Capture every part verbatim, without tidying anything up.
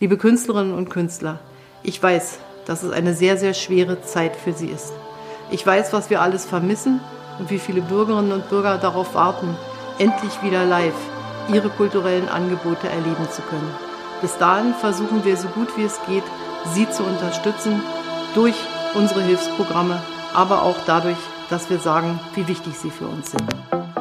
Liebe Künstlerinnen und Künstler, ich weiß, dass es eine sehr, sehr schwere Zeit für Sie ist. Ich weiß, was wir alles vermissen und wie viele Bürgerinnen und Bürger darauf warten, endlich wieder live ihre kulturellen Angebote erleben zu können. Bis dahin versuchen wir so gut wie es geht, Sie zu unterstützen durch unsere Hilfsprogramme, aber auch dadurch, dass wir sagen, wie wichtig Sie für uns sind.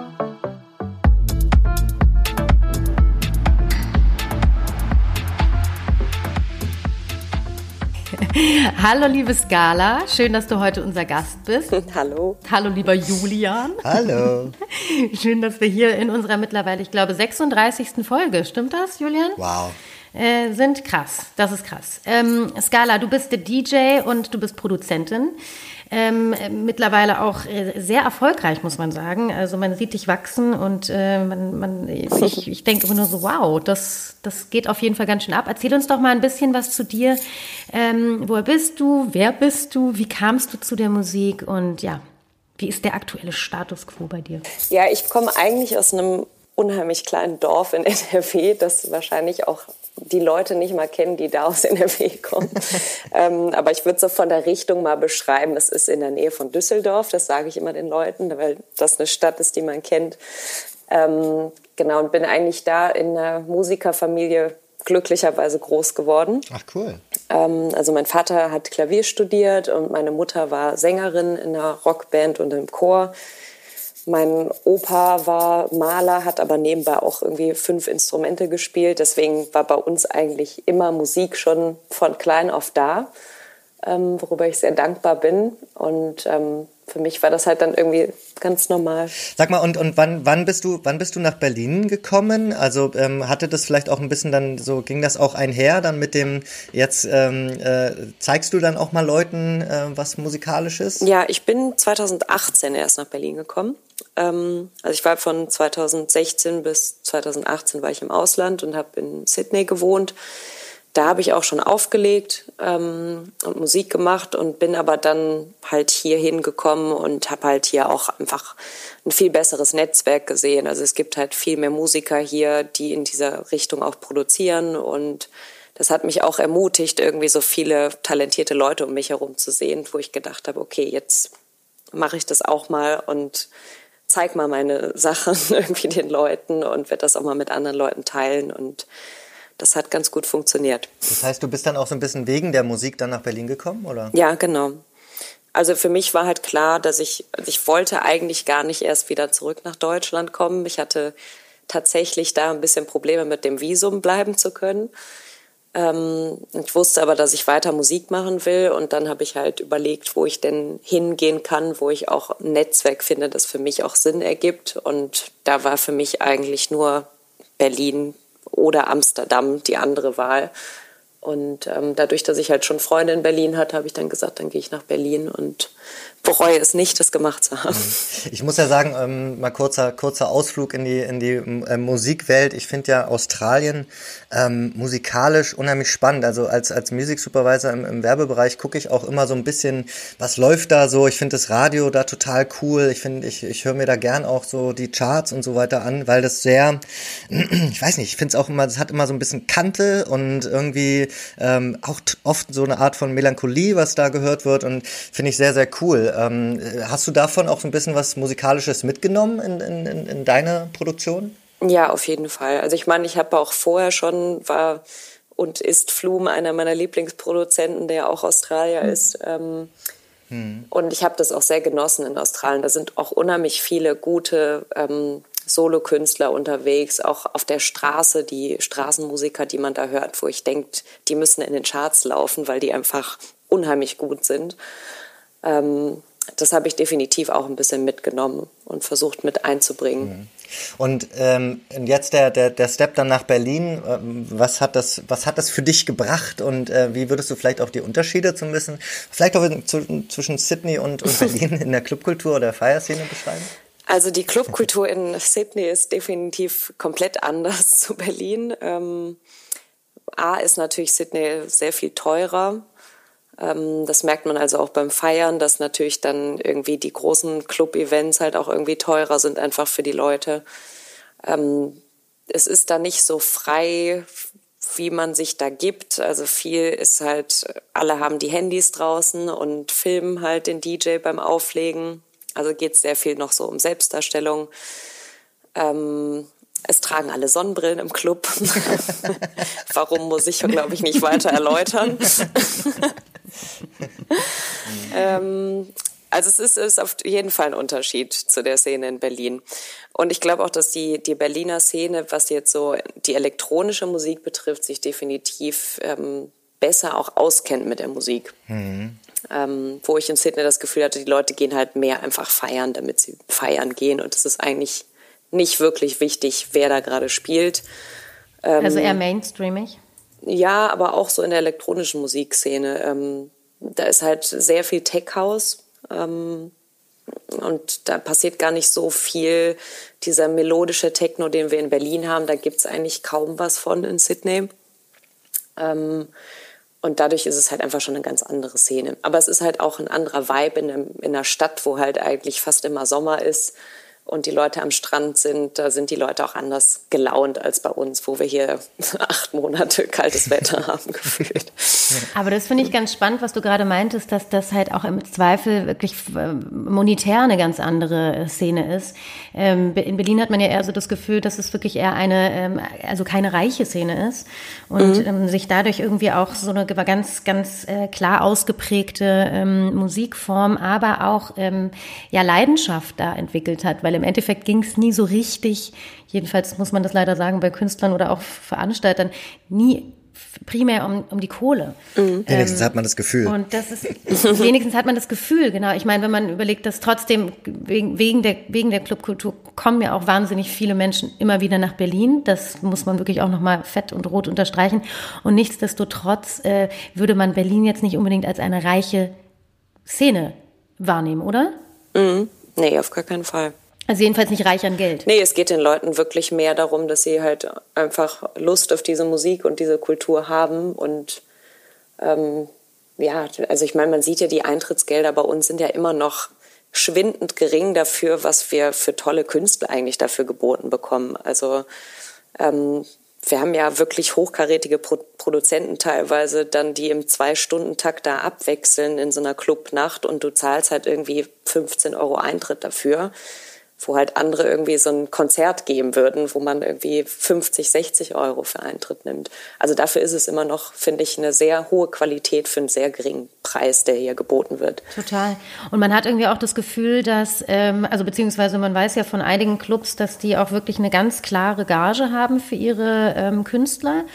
Hallo liebe Scala, schön, dass du heute unser Gast bist. Hallo. Hallo lieber Julian. Hallo. Schön, dass wir hier in unserer mittlerweile, ich glaube, sechsunddreißigsten Folge, stimmt das, Julian? Wow. Äh, sind krass, das ist krass. Ähm, Scala, du bist der D J und du bist Produzentin. Ähm, mittlerweile auch äh, sehr erfolgreich, muss man sagen. Also man sieht dich wachsen und äh, man, man, ich, ich denke immer nur so, wow, das, das geht auf jeden Fall ganz schön ab. Erzähl uns doch mal ein bisschen was zu dir. Ähm, woher bist du? Wer bist du? Wie kamst du zu der Musik? Und ja, wie ist der aktuelle Status quo bei dir? Ja, ich komme eigentlich aus einem unheimlich kleinen Dorf in N R W, das wahrscheinlich auch die Leute nicht mal kennen, die da aus N R W kommen. ähm, aber ich würde so von der Richtung mal beschreiben, es ist in der Nähe von Düsseldorf, das sage ich immer den Leuten, weil das eine Stadt ist, die man kennt. Ähm, genau, und bin eigentlich da in einer Musikerfamilie glücklicherweise groß geworden. Ach, cool. Ähm, also mein Vater hat Klavier studiert und meine Mutter war Sängerin in einer Rockband und im Chor. Mein Opa war Maler, hat aber nebenbei auch irgendwie fünf Instrumente gespielt. Deswegen war bei uns eigentlich immer Musik schon von klein auf da, ähm, worüber ich sehr dankbar bin. Und ähm, für mich war das halt dann irgendwie ganz normal. Sag mal, und, und wann, wann, bist du, wann bist du nach Berlin gekommen? Also ähm, hatte das vielleicht auch ein bisschen dann so, ging das auch einher dann mit dem, jetzt ähm, äh, zeigst du dann auch mal Leuten äh, was Musikalisches? Ja, ich bin zweitausendachtzehn erst nach Berlin gekommen. Ähm, also ich war von zweitausendsechzehn bis zweitausendachtzehn war ich im Ausland und habe in Sydney gewohnt. Da habe ich auch schon aufgelegt ähm, und Musik gemacht und bin aber dann halt hier hingekommen und habe halt hier auch einfach ein viel besseres Netzwerk gesehen. Also es gibt halt viel mehr Musiker hier, die in dieser Richtung auch produzieren und das hat mich auch ermutigt, irgendwie so viele talentierte Leute um mich herum zu sehen, wo ich gedacht habe, okay, jetzt mache ich das auch mal und zeig mal meine Sachen irgendwie den Leuten und werde das auch mal mit anderen Leuten teilen und das hat ganz gut funktioniert. Das heißt, du bist dann auch so ein bisschen wegen der Musik dann nach Berlin gekommen, oder? Ja, genau. Also für mich war halt klar, dass ich, also ich wollte eigentlich gar nicht erst wieder zurück nach Deutschland kommen. Ich hatte tatsächlich da ein bisschen Probleme mit dem Visum bleiben zu können. Ähm, ich wusste aber, dass ich weiter Musik machen will und dann habe ich halt überlegt, wo ich denn hingehen kann, wo ich auch ein Netzwerk finde, das für mich auch Sinn ergibt. Und da war für mich eigentlich nur Berlin oder Amsterdam die andere Wahl. Und ähm, dadurch, dass ich halt schon Freunde in Berlin hatte, habe ich dann gesagt, dann gehe ich nach Berlin und bereue es nicht, das gemacht zu haben. Ich muss ja sagen, ähm, mal kurzer kurzer Ausflug in die in die äh, Musikwelt. Ich finde ja Australien ähm, musikalisch unheimlich spannend. Also als als Music Supervisor im, im Werbebereich gucke ich auch immer so ein bisschen, was läuft da so. Ich finde das Radio da total cool. Ich finde, ich ich höre mir da gern auch so die Charts und so weiter an, weil das sehr, ich weiß nicht, ich finde es auch immer, das hat immer so ein bisschen Kante und irgendwie ähm, auch t- oft so eine Art von Melancholie, was da gehört wird und finde ich sehr, sehr cool. Ähm, hast du davon auch so ein bisschen was Musikalisches mitgenommen in, in, in deine Produktion? Ja, auf jeden Fall. Also ich meine, ich habe auch vorher schon, war und ist Flume einer meiner Lieblingsproduzenten, der auch Australier hm. ist. Ähm, hm. Und ich habe das auch sehr genossen in Australien. Da sind auch unheimlich viele gute ähm, Solokünstler unterwegs, auch auf der Straße, die Straßenmusiker, die man da hört, wo ich denke, die müssen in den Charts laufen, weil die einfach unheimlich gut sind. Ähm, das habe ich definitiv auch ein bisschen mitgenommen und versucht mit einzubringen. Und ähm, jetzt der, der, der Step dann nach Berlin, ähm, was hat das, was hat das für dich gebracht und äh, wie würdest du vielleicht auch die Unterschiede zum Wissen, vielleicht auch in, zu, zwischen Sydney und, und Berlin in der Clubkultur oder Feierszene beschreiben? Also die Clubkultur in Sydney ist definitiv komplett anders zu Berlin. Ähm, A ist natürlich Sydney sehr viel teurer. Ähm, das merkt man also auch beim Feiern, dass natürlich dann irgendwie die großen Club-Events halt auch irgendwie teurer sind einfach für die Leute. Ähm, es ist da nicht so frei wie man sich da gibt. Also viel ist halt, alle haben die Handys draußen und filmen halt den D J beim Auflegen. Also geht es sehr viel noch so um Selbstdarstellung. Ähm, es tragen alle Sonnenbrillen im Club. Warum, muss ich, glaube ich, nicht weiter erläutern. ähm, also es ist, ist auf jeden Fall ein Unterschied zu der Szene in Berlin. Und ich glaube auch, dass die, die Berliner Szene, was jetzt so die elektronische Musik betrifft, sich definitiv ähm, besser auch auskennt mit der Musik. Mhm. Ähm, wo ich in Sydney das Gefühl hatte, die Leute gehen halt mehr einfach feiern, damit sie feiern gehen. Und es ist eigentlich nicht wirklich wichtig, wer da gerade spielt. Ähm, also eher mainstreamig? Ja, aber auch so in der elektronischen Musikszene. Ähm, da ist halt sehr viel Tech-House. Ähm, und da passiert gar nicht so viel. Dieser melodische Techno, den wir in Berlin haben, da gibt's eigentlich kaum was von in Sydney. Ähm, und dadurch ist es halt einfach schon eine ganz andere Szene. Aber es ist halt auch ein anderer Vibe in, einem, in einer Stadt, wo halt eigentlich fast immer Sommer ist und die Leute am Strand sind. Da sind die Leute auch anders gelaunt als bei uns, wo wir hier acht Monate kaltes Wetter haben gefühlt. Aber das finde ich ganz spannend, was du gerade meintest, dass das halt auch im Zweifel wirklich monetär eine ganz andere Szene ist. In Berlin hat man ja eher so das Gefühl, dass es wirklich eher eine, also keine reiche Szene ist und mhm. sich dadurch irgendwie auch so eine ganz, ganz klar ausgeprägte Musikform, aber auch ja Leidenschaft da entwickelt hat, weil im Endeffekt ging es nie so richtig, jedenfalls muss man das leider sagen, bei Künstlern oder auch Veranstaltern, nie primär um, um die Kohle. Mhm. Wenigstens ähm, hat man das Gefühl. Und das ist, wenigstens hat man das Gefühl, genau. Ich meine, wenn man überlegt, dass trotzdem wegen, wegen der, wegen der Clubkultur kommen ja auch wahnsinnig viele Menschen immer wieder nach Berlin. Das muss man wirklich auch nochmal fett und rot unterstreichen. Und nichtsdestotrotz äh, würde man Berlin jetzt nicht unbedingt als eine reiche Szene wahrnehmen, oder? Mhm. Nee, auf gar keinen Fall. Also jedenfalls nicht reich an Geld. Nee, es geht den Leuten wirklich mehr darum, dass sie halt einfach Lust auf diese Musik und diese Kultur haben. Und ähm, ja, also ich meine, man sieht ja, die Eintrittsgelder bei uns sind ja immer noch schwindend gering dafür, was wir für tolle Künstler eigentlich dafür geboten bekommen. Also ähm, wir haben ja wirklich hochkarätige Pro- Produzenten teilweise, dann die im Zwei-Stunden-Takt da abwechseln in so einer Clubnacht und du zahlst halt irgendwie fünfzehn Euro Eintritt dafür, wo halt andere irgendwie so ein Konzert geben würden, wo man irgendwie fünfzig, sechzig Euro für Eintritt nimmt. Also dafür ist es immer noch, finde ich, eine sehr hohe Qualität für einen sehr geringen Preis, der hier geboten wird. Total. Und man hat irgendwie auch das Gefühl, dass, ähm, also beziehungsweise man weiß ja von einigen Clubs, dass die auch wirklich eine ganz klare Gage haben für ihre ähm, Künstler.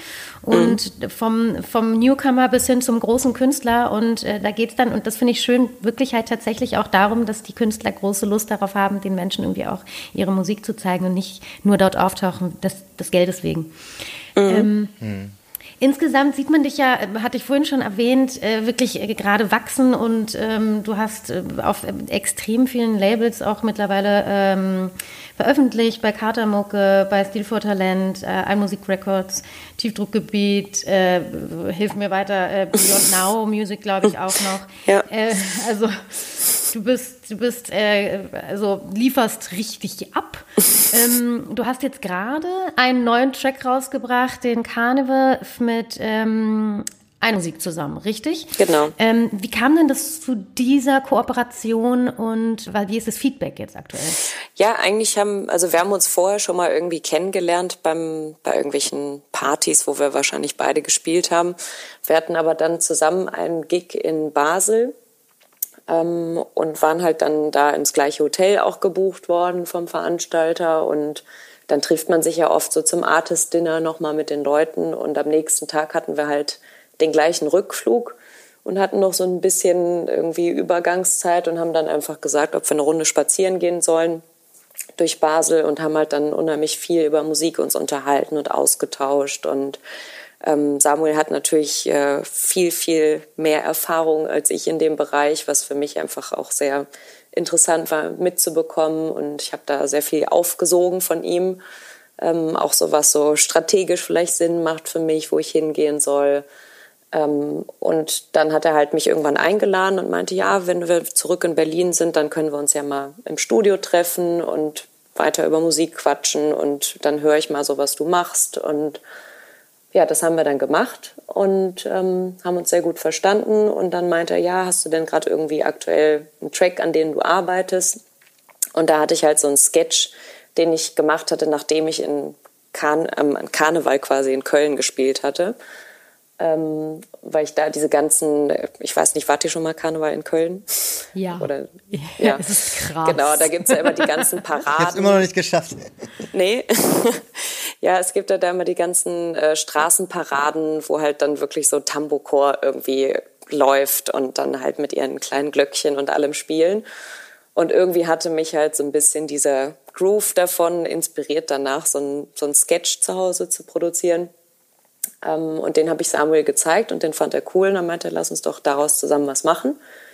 Und mhm. vom, vom Newcomer bis hin zum großen Künstler. Und äh, da geht's dann, und das finde ich schön, wirklich halt tatsächlich auch darum, dass die Künstler große Lust darauf haben, den Menschen irgendwie auch ihre Musik zu zeigen und nicht nur dort auftauchen, des, des Geldes wegen. Mhm. Ähm, mhm. Insgesamt sieht man dich ja, hatte ich vorhin schon erwähnt, äh, wirklich äh, gerade wachsen und ähm, du hast äh, auf äh, extrem vielen Labels auch mittlerweile ähm, veröffentlicht, bei Katermucke, bei Stil for Talent, äh, iMusic Records, Tiefdruckgebiet, äh, hilf mir weiter, äh, Beyond Now Music, glaube ich, auch noch. Ja. Äh, also du bist, du bist, äh, also lieferst richtig ab. ähm, du hast jetzt gerade einen neuen Track rausgebracht, den Carnival mit ähm, iMusic zusammen, richtig? Genau. Ähm, wie kam denn das zu dieser Kooperation und wie ist das Feedback jetzt aktuell? Ja, eigentlich haben, also wir haben uns vorher schon mal irgendwie kennengelernt beim, bei irgendwelchen Partys, wo wir wahrscheinlich beide gespielt haben. Wir hatten aber dann zusammen einen Gig in Basel ähm, und waren halt dann da ins gleiche Hotel auch gebucht worden vom Veranstalter und dann trifft man sich ja oft so zum Artist-Dinner nochmal mit den Leuten und am nächsten Tag hatten wir halt den gleichen Rückflug und hatten noch so ein bisschen irgendwie Übergangszeit und haben dann einfach gesagt, ob wir eine Runde spazieren gehen sollen durch Basel und haben halt dann unheimlich viel über Musik uns unterhalten und ausgetauscht und ähm, Samuel hat natürlich äh, viel, viel mehr Erfahrung als ich in dem Bereich, was für mich einfach auch sehr interessant war mitzubekommen und ich habe da sehr viel aufgesogen von ihm, ähm, auch so was so strategisch vielleicht Sinn macht für mich, wo ich hingehen soll. Ähm, und dann hat er halt mich irgendwann eingeladen und meinte, ja, wenn wir zurück in Berlin sind, dann können wir uns ja mal im Studio treffen und weiter über Musik quatschen und dann höre ich mal so, was du machst. Und ja, das haben wir dann gemacht und ähm, haben uns sehr gut verstanden. Und dann meinte er, ja, hast du denn gerade irgendwie aktuell einen Track, an dem du arbeitest? Und da hatte ich halt so einen Sketch, den ich gemacht hatte, nachdem ich in Karn- ähm, Karneval quasi in Köln gespielt hatte. Ähm, weil ich da diese ganzen, ich weiß nicht, wart ihr schon mal Karneval in Köln? Ja. Oder, ja. ja. Es ist krass. Genau, da gibt es ja immer die ganzen Paraden. Ich habe es immer noch nicht geschafft. Nee. Ja, es gibt ja da immer die ganzen äh, Straßenparaden, wo halt dann wirklich so Tambourchor irgendwie läuft und dann halt mit ihren kleinen Glöckchen und allem spielen. Und irgendwie hatte mich halt so ein bisschen dieser Groove davon inspiriert, danach so ein, so ein Sketch zu Hause zu produzieren. Ähm, und den habe ich Samuel gezeigt und den fand er cool. Und dann meinte er, lass uns doch daraus zusammen was machen.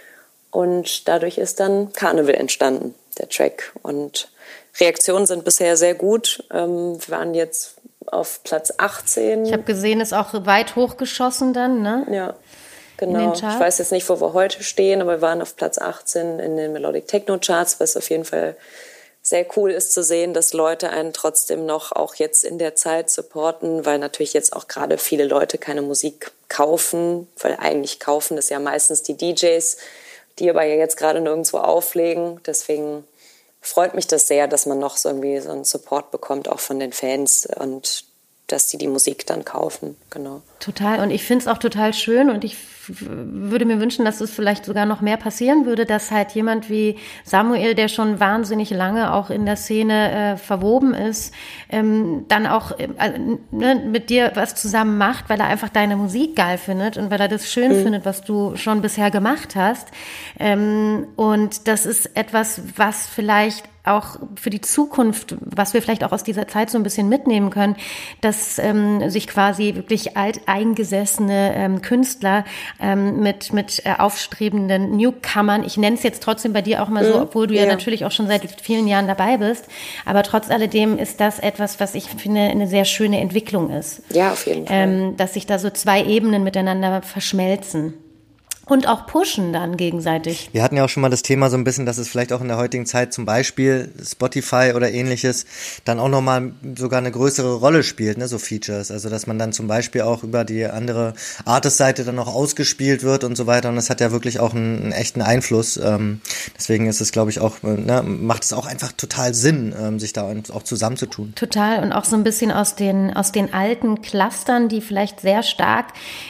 Und dadurch ist dann Karneval entstanden, der Track. Und Reaktionen sind bisher sehr gut. Ähm, wir waren jetzt auf Platz achtzehn. Ich habe gesehen, ist auch weit hochgeschossen dann, ne? Ja, genau. Ich weiß jetzt nicht, wo wir heute stehen, aber wir waren auf Platz achtzehn in den Melodic Techno Charts, was auf jeden Fall sehr cool ist zu sehen, dass Leute einen trotzdem noch auch jetzt in der Zeit supporten, weil natürlich jetzt auch gerade viele Leute keine Musik kaufen, weil eigentlich kaufen das ja meistens die D Js, die aber ja jetzt gerade nirgendwo auflegen. Deswegen freut mich das sehr, dass man noch so irgendwie so einen Support bekommt, auch von den Fans und dass die die Musik dann kaufen, genau. Total. Und ich finde es auch total schön und ich würde mir wünschen, dass es vielleicht sogar noch mehr passieren würde, dass halt jemand wie Samuel, der schon wahnsinnig lange auch in der Szene äh, verwoben ist, ähm, dann auch äh, ne, mit dir was zusammen macht, weil er einfach deine Musik geil findet und weil er das schön mhm. findet, was du schon bisher gemacht hast. Ähm, und das ist etwas, was vielleicht auch für die Zukunft, was wir vielleicht auch aus dieser Zeit so ein bisschen mitnehmen können, dass ähm, sich quasi wirklich alteingesessene ähm, Künstler ähm, mit mit äh, aufstrebenden Newcomern, ich nenne es jetzt trotzdem bei dir auch mal so, obwohl du ja, ja natürlich auch schon seit vielen Jahren dabei bist, aber trotz alledem ist das etwas, was ich finde eine sehr schöne Entwicklung ist. Ja, auf jeden Fall. Ähm, dass sich da so zwei Ebenen miteinander verschmelzen. Und auch pushen dann gegenseitig. Wir hatten ja auch schon mal das Thema so ein bisschen, dass es vielleicht auch in der heutigen Zeit zum Beispiel Spotify oder ähnliches dann auch nochmal sogar eine größere Rolle spielt, ne, so Features. Also dass man dann zum Beispiel auch über die andere Artist-Seite dann noch ausgespielt wird und so weiter. Und das hat ja wirklich auch einen, einen echten Einfluss. Ähm, deswegen ist es, glaube ich, auch, ne, macht es auch einfach total Sinn, ähm, sich da auch zusammenzutun. Total. Und auch so ein bisschen aus den, aus den alten Clustern, die vielleicht sehr stark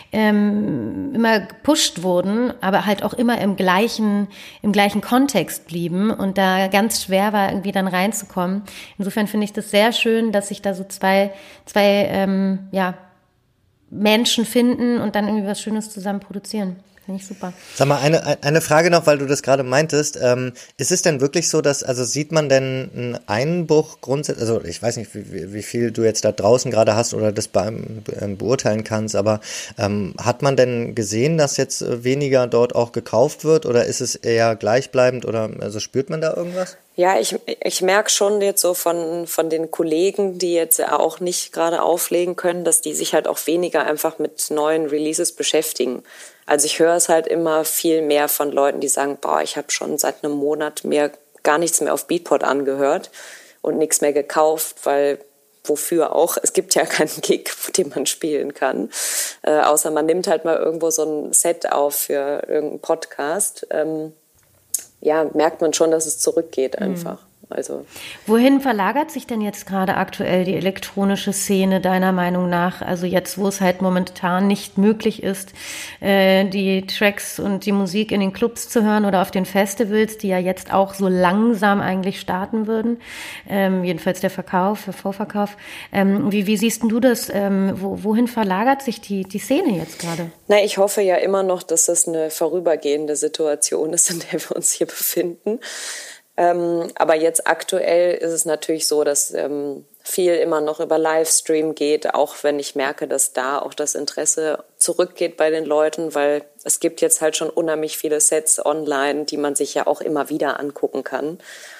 ähm, immer gepusht wurden, aber halt auch immer im gleichen, im gleichen Kontext blieben und da ganz schwer war, irgendwie dann reinzukommen. Insofern finde ich das sehr schön, dass sich da so zwei, zwei ähm, ja, Menschen finden und dann irgendwie was Schönes zusammen produzieren. Finde ich super. Sag mal, eine, eine Frage noch, weil du das gerade meintest. Ähm, ist es denn wirklich so, dass, also sieht man denn einen Einbruch grundsätzlich, also ich weiß nicht, wie, wie viel du jetzt da draußen gerade hast oder das be, be, beurteilen kannst, aber ähm, hat man denn gesehen, dass jetzt weniger dort auch gekauft wird oder ist es eher gleichbleibend oder also spürt man da irgendwas? Ja, ich, ich merke schon jetzt so von, von den Kollegen, die jetzt auch nicht gerade auflegen können, dass die sich halt auch weniger einfach mit neuen Releases beschäftigen. Also ich höre es halt immer viel mehr von Leuten, die sagen, boah, ich habe schon seit einem Monat mehr gar nichts mehr auf Beatport angehört und nichts mehr gekauft, weil wofür auch? Es gibt ja keinen Gig, den man spielen kann, äh, außer man nimmt halt mal irgendwo so ein Set auf für irgendeinen Podcast. Ähm, ja, merkt man schon, dass es zurückgeht einfach. Mhm. Also. Wohin verlagert sich denn jetzt gerade aktuell die elektronische Szene deiner Meinung nach? Also jetzt, wo es halt momentan nicht möglich ist, äh, die Tracks und die Musik in den Clubs zu hören oder auf den Festivals, die ja jetzt auch so langsam eigentlich starten würden. Ähm, jedenfalls der Verkauf, der Vorverkauf. Ähm, wie, wie siehst du das? Ähm, wo, wohin verlagert sich die, die Szene jetzt gerade? Na, ich hoffe ja immer noch, dass das eine vorübergehende Situation ist, in der wir uns hier befinden. Ähm, aber jetzt aktuell ist es natürlich so, dass ähm, viel immer noch über Livestream geht, auch wenn ich merke, dass da auch das Interesse zurückgeht bei den Leuten, weil es gibt jetzt halt schon unheimlich viele Sets online, die man sich ja auch immer wieder angucken kann,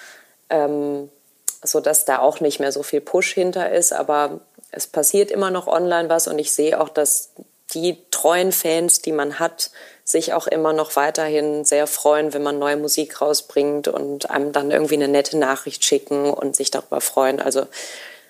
ähm, sodass da auch nicht mehr so viel Push hinter ist, aber es passiert immer noch online was und ich sehe auch, dass die treuen Fans, die man hat, sich auch immer noch weiterhin sehr freuen, wenn man neue Musik rausbringt und einem dann irgendwie eine nette Nachricht schicken und sich darüber freuen. Also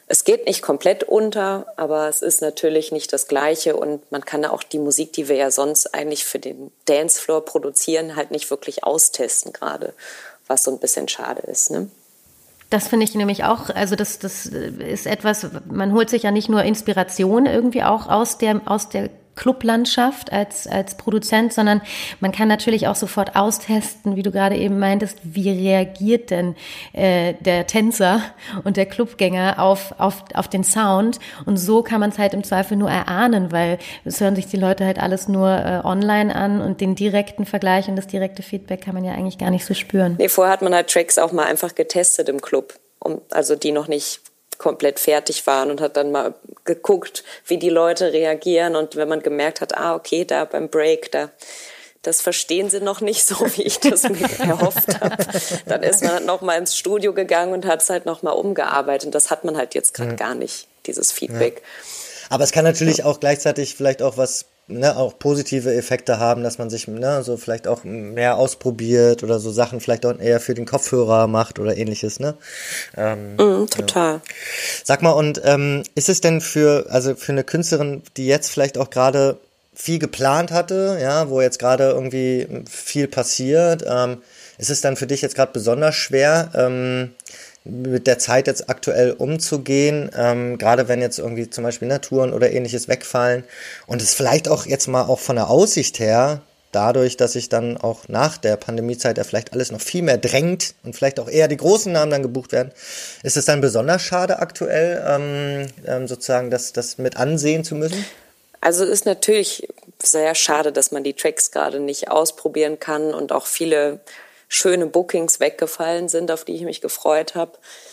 es geht nicht komplett unter, aber es ist natürlich nicht das Gleiche und man kann auch die Musik, die wir ja sonst eigentlich für den Dancefloor produzieren, halt nicht wirklich austesten gerade, was so ein bisschen schade ist, ne? Das finde ich nämlich auch, also das, das ist etwas, man holt sich ja nicht nur Inspiration irgendwie auch aus der, aus der Clublandschaft als, als Produzent, sondern man kann natürlich auch sofort austesten, wie du gerade eben meintest, wie reagiert denn äh, der Tänzer und der Clubgänger auf, auf, auf den Sound, und so kann man es halt im Zweifel nur erahnen, weil es hören sich die Leute halt alles nur äh, online an und den direkten Vergleich und das direkte Feedback kann man ja eigentlich gar nicht so spüren. Nee, vorher hat man halt Tracks auch mal einfach getestet im Club, um, also die noch nicht komplett fertig waren, und hat dann mal geguckt, wie die Leute reagieren, und wenn man gemerkt hat, ah, okay, da beim Break, da das verstehen sie noch nicht so, wie ich das mir erhofft habe, dann ist man halt noch mal ins Studio gegangen und hat es halt noch mal umgearbeitet, und das hat man halt jetzt gerade ja. gar nicht, dieses Feedback. Ja. Aber es kann natürlich auch gleichzeitig vielleicht auch was, ne, auch positive Effekte haben, dass man sich, ne, so vielleicht auch mehr ausprobiert oder so Sachen vielleicht auch eher für den Kopfhörer macht oder ähnliches, ne? Ähm, mm, total. Ja. Sag mal, und ähm, ist es denn für, also für eine Künstlerin, die jetzt vielleicht auch gerade viel geplant hatte, ja, wo jetzt gerade irgendwie viel passiert, ähm, ist es dann für dich jetzt gerade besonders schwer, ähm, mit der Zeit jetzt aktuell umzugehen, ähm, gerade wenn jetzt irgendwie zum Beispiel Touren oder ähnliches wegfallen und es vielleicht auch jetzt mal auch von der Aussicht her, dadurch, dass sich dann auch nach der Pandemiezeit ja vielleicht alles noch viel mehr drängt und vielleicht auch eher die großen Namen dann gebucht werden, ist es dann besonders schade aktuell, ähm, ähm, sozusagen das, das mit ansehen zu müssen? Also es ist natürlich sehr schade, dass man die Tracks gerade nicht ausprobieren kann und auch viele schöne Bookings weggefallen sind, auf die ich mich gefreut habe.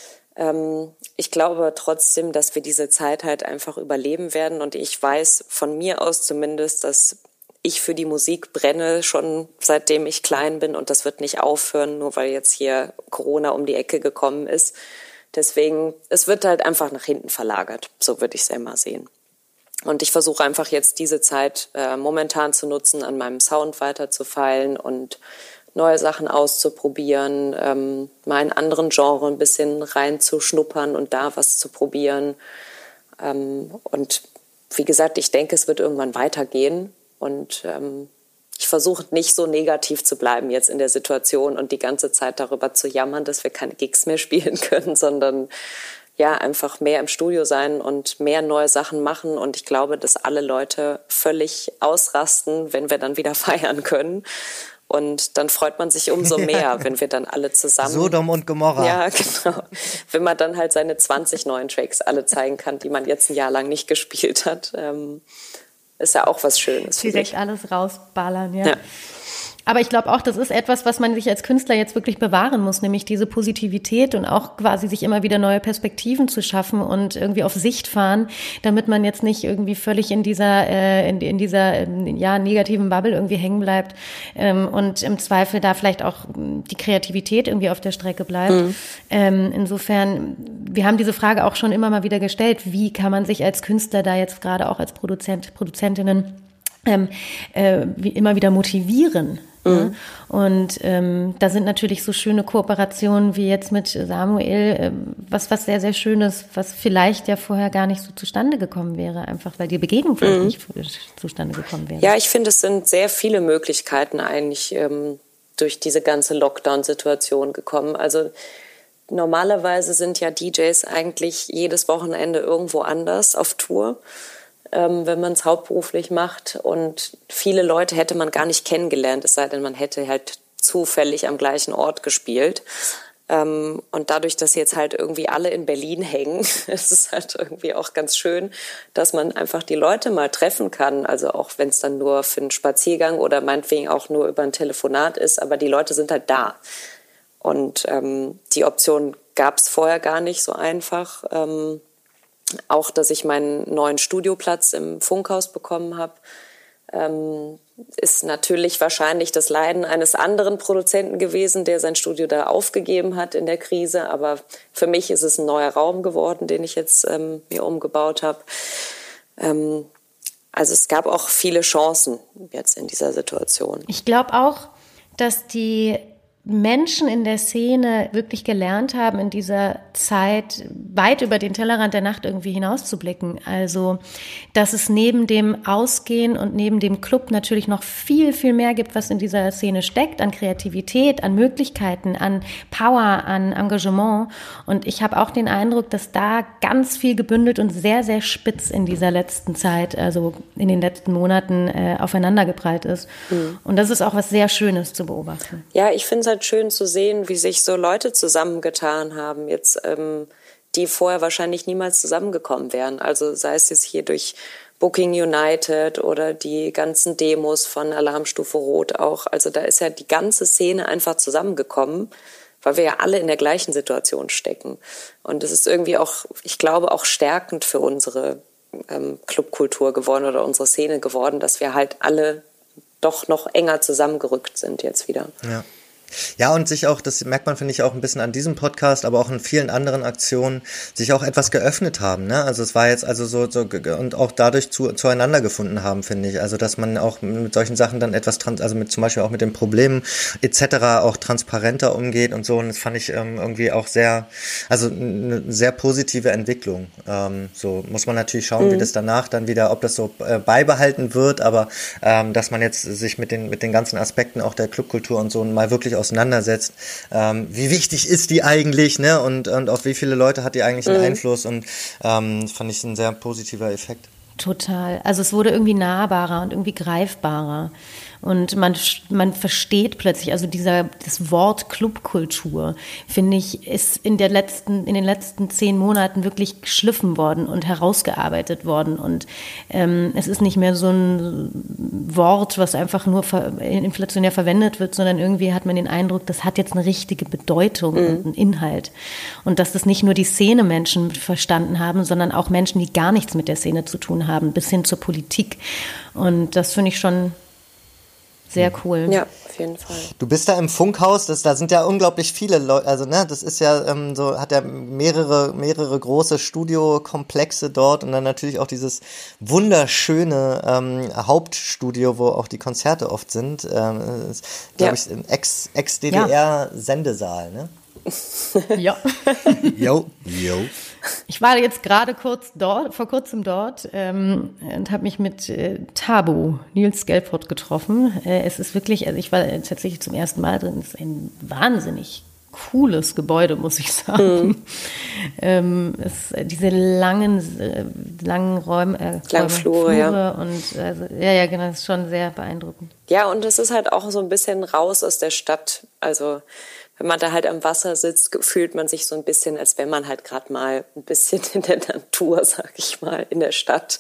Ähm, ich glaube trotzdem, dass wir diese Zeit halt einfach überleben werden, und ich weiß von mir aus zumindest, dass ich für die Musik brenne, schon seitdem ich klein bin, und das wird nicht aufhören, nur weil jetzt hier Corona um die Ecke gekommen ist. Deswegen, es wird halt einfach nach hinten verlagert, so würde ich es immer sehen. Und ich versuche einfach jetzt diese Zeit äh, momentan zu nutzen, an meinem Sound weiterzufeilen und neue Sachen auszuprobieren, ähm, mal in anderen Genres ein bisschen reinzuschnuppern und da was zu probieren. Ähm, und wie gesagt, ich denke, es wird irgendwann weitergehen. Und ähm, ich versuche nicht so negativ zu bleiben jetzt in der Situation und die ganze Zeit darüber zu jammern, dass wir keine Gigs mehr spielen können, sondern ja, einfach mehr im Studio sein und mehr neue Sachen machen. Und ich glaube, dass alle Leute völlig ausrasten, wenn wir dann wieder feiern können. Und dann freut man sich umso mehr, wenn wir dann alle zusammen... Sodom und Gomorra. Ja, genau. Wenn man dann halt seine zwanzig neuen Tracks alle zeigen kann, die man jetzt ein Jahr lang nicht gespielt hat, ähm, ist ja auch was Schönes. Direkt alles rausballern, ja. ja. Aber ich glaube auch, das ist etwas, was man sich als Künstler jetzt wirklich bewahren muss, nämlich diese Positivität und auch quasi sich immer wieder neue Perspektiven zu schaffen und irgendwie auf Sicht fahren, damit man jetzt nicht irgendwie völlig in dieser äh, in, in dieser ähm, ja negativen Bubble irgendwie hängen bleibt ähm, und im Zweifel da vielleicht auch die Kreativität irgendwie auf der Strecke bleibt. Mhm. Ähm, insofern, wir haben diese Frage auch schon immer mal wieder gestellt, wie kann man sich als Künstler da jetzt gerade auch als Produzent, Produzentinnen ähm, äh, wie immer wieder motivieren. Mhm. Ja? Und ähm, da sind natürlich so schöne Kooperationen wie jetzt mit Samuel, ähm, was was sehr, sehr Schönes, was vielleicht ja vorher gar nicht so zustande gekommen wäre, einfach weil die Begegnung vielleicht mhm. nicht zustande gekommen wäre. Ja, ich finde, es sind sehr viele Möglichkeiten eigentlich ähm, durch diese ganze Lockdown-Situation gekommen. Also normalerweise sind ja D Js eigentlich jedes Wochenende irgendwo anders auf Tour, wenn man es hauptberuflich macht. Und viele Leute hätte man gar nicht kennengelernt, es sei denn, man hätte halt zufällig am gleichen Ort gespielt. Und dadurch, dass jetzt halt irgendwie alle in Berlin hängen, ist es halt irgendwie auch ganz schön, dass man einfach die Leute mal treffen kann. Also auch wenn es dann nur für einen Spaziergang oder meinetwegen auch nur über ein Telefonat ist, aber die Leute sind halt da. Und ähm, die Option gab es vorher gar nicht so einfach. Ähm, Auch, dass ich meinen neuen Studioplatz im Funkhaus bekommen habe, ähm, ist natürlich wahrscheinlich das Leiden eines anderen Produzenten gewesen, der sein Studio da aufgegeben hat in der Krise. Aber für mich ist es ein neuer Raum geworden, den ich jetzt ähm, mir umgebaut habe. Ähm, also es gab auch viele Chancen jetzt in dieser Situation. Ich glaube auch, dass die Menschen in der Szene wirklich gelernt haben, in dieser Zeit weit über den Tellerrand der Nacht irgendwie hinauszublicken. Also, dass es neben dem Ausgehen und neben dem Club natürlich noch viel, viel mehr gibt, was in dieser Szene steckt, an Kreativität, an Möglichkeiten, an Power, an Engagement. Und ich habe auch den Eindruck, dass da ganz viel gebündelt und sehr, sehr spitz in dieser letzten Zeit, also in den letzten Monaten äh, aufeinandergeprallt ist. Mhm. Und das ist auch was sehr Schönes zu beobachten. Ja, ich finde es halt schön zu sehen, wie sich so Leute zusammengetan haben, jetzt, ähm, die vorher wahrscheinlich niemals zusammengekommen wären. Also sei es jetzt hier durch Booking United oder die ganzen Demos von Alarmstufe Rot auch. Also da ist ja die ganze Szene einfach zusammengekommen, weil wir ja alle in der gleichen Situation stecken. Und das ist irgendwie auch, ich glaube, auch stärkend für unsere ähm, Clubkultur geworden oder unsere Szene geworden, dass wir halt alle doch noch enger zusammengerückt sind jetzt wieder. Ja. Ja, und sich auch, das merkt man, finde ich, auch ein bisschen an diesem Podcast, aber auch in vielen anderen Aktionen, sich auch etwas geöffnet haben, ne? Also es war jetzt also so, so und auch dadurch zu, zueinander gefunden haben, finde ich. Also dass man auch mit solchen Sachen dann etwas, trans, also mit zum Beispiel auch mit den Problemen et cetera auch transparenter umgeht und so. Und das fand ich ähm, irgendwie auch sehr, also eine sehr positive Entwicklung. Ähm, so muss man natürlich schauen, mhm. wie das danach dann wieder, ob das so äh, beibehalten wird, aber ähm, dass man jetzt sich mit den mit den ganzen Aspekten auch der Clubkultur und so mal wirklich auseinandersetzt, ähm, wie wichtig ist die eigentlich, ne, und, und auf wie viele Leute hat die eigentlich einen mhm. Einfluss, und ähm, fand ich ein sehr positiver Effekt. Total. Also es wurde irgendwie nahbarer und irgendwie greifbarer. Und man, man versteht plötzlich, also dieser, das Wort Clubkultur, finde ich, ist in der letzten, in den letzten zehn Monaten wirklich geschliffen worden und herausgearbeitet worden. Und ähm, es ist nicht mehr so ein Wort, was einfach nur ver- inflationär verwendet wird, sondern irgendwie hat man den Eindruck, das hat jetzt eine richtige Bedeutung mhm. und einen Inhalt. Und dass das nicht nur die Szene-Menschen verstanden haben, sondern auch Menschen, die gar nichts mit der Szene zu tun haben, bis hin zur Politik. Und das finde ich schon sehr cool. Ja, auf jeden Fall. Du bist da im Funkhaus, das, da sind ja unglaublich viele Leute, also ne, das ist ja ähm, so, hat ja mehrere, mehrere große Studiokomplexe dort und dann natürlich auch dieses wunderschöne ähm, Hauptstudio, wo auch die Konzerte oft sind. Ähm, ist, glaube ja. ich, ein Ex, Ex-D D R-Sendesaal, ne? Ja. Jo, jo. Ich war jetzt gerade kurz dort, vor kurzem dort ähm, und habe mich mit äh, Tabu, Nils Gelfrott, getroffen. Äh, es ist wirklich, also ich war tatsächlich zum ersten Mal drin, es ist ein wahnsinnig cooles Gebäude, muss ich sagen. Mhm. Ähm, es, diese langen, äh, langen Räume, äh, Lange Flure, ja. Und also, ja, ja, genau, das ist schon sehr beeindruckend. Ja, und es ist halt auch so ein bisschen raus aus der Stadt. Also wenn man da halt am Wasser sitzt, fühlt man sich so ein bisschen, als wenn man halt gerade mal ein bisschen in der Natur, sag ich mal, in der Stadt.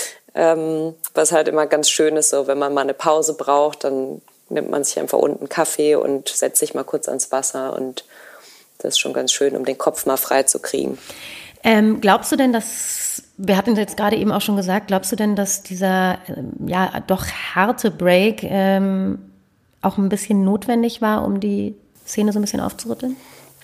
Ähm, was halt immer ganz schön ist, so wenn man mal eine Pause braucht, dann nimmt man sich einfach unten einen Kaffee und setzt sich mal kurz ans Wasser, und das ist schon ganz schön, um den Kopf mal frei zu kriegen. Ähm, glaubst du denn, dass, wir hatten jetzt gerade eben auch schon gesagt, glaubst du denn, dass dieser ähm, ja doch harte Break ähm, auch ein bisschen notwendig war, um die Szene so ein bisschen aufzurütteln?